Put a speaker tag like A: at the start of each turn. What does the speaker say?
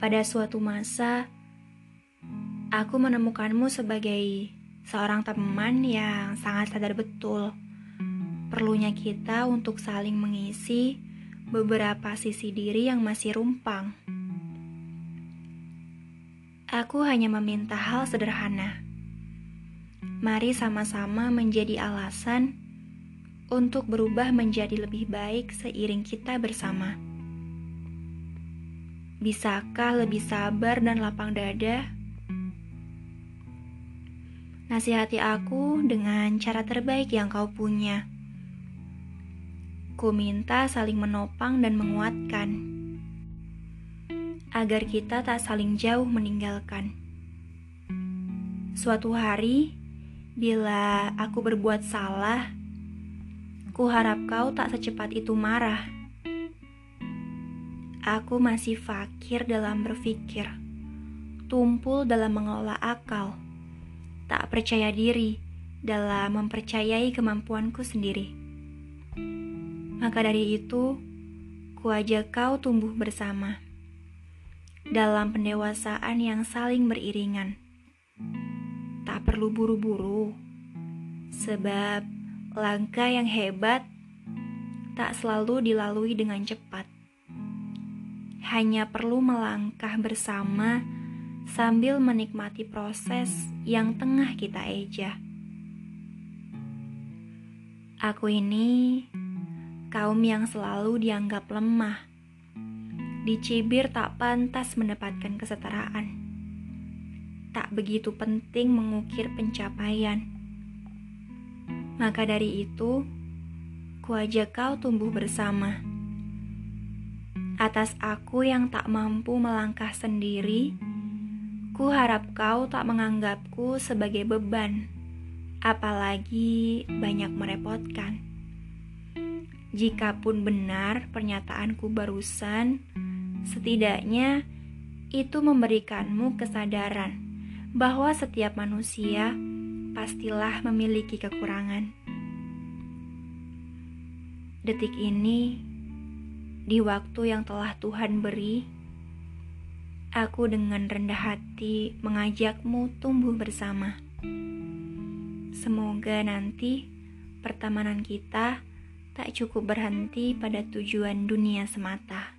A: Pada suatu masa, aku menemukanmu sebagai seorang teman yang sangat sadar betul perlunya kita untuk saling mengisi beberapa sisi diri yang masih rumpang. Aku hanya meminta hal sederhana. Mari sama-sama menjadi alasan untuk berubah menjadi lebih baik seiring kita bersama. Bisakah lebih sabar dan lapang dada? Nasihati aku dengan cara terbaik yang kau punya. Ku minta saling menopang dan menguatkan, agar kita tak saling jauh meninggalkan. Suatu hari, bila aku berbuat salah, ku harap kau tak secepat itu marah. Aku masih fakir dalam berpikir, tumpul dalam mengelola akal, tak percaya diri dalam mempercayai kemampuanku sendiri. Maka dari itu, ku ajak kau tumbuh bersama dalam pendewasaan yang saling beriringan. Tak perlu buru-buru, sebab langkah yang hebat tak selalu dilalui dengan cepat. Hanya perlu melangkah bersama sambil menikmati proses yang tengah kita eja. Aku ini kaum yang selalu dianggap lemah, dicibir tak pantas mendapatkan kesetaraan, tak begitu penting mengukir pencapaian. Maka dari itu, ku ajak kau tumbuh bersama. Atas aku yang tak mampu melangkah sendiri, ku harap kau tak menganggapku sebagai beban, apalagi banyak merepotkan. Jikapun benar pernyataanku barusan, setidaknya itu memberikanmu kesadaran bahwa setiap manusia pastilah memiliki kekurangan. Detik ini, di waktu yang telah Tuhan beri, aku dengan rendah hati mengajakmu tumbuh bersama. Semoga nanti pertemanan kita tak cukup berhenti pada tujuan dunia semata.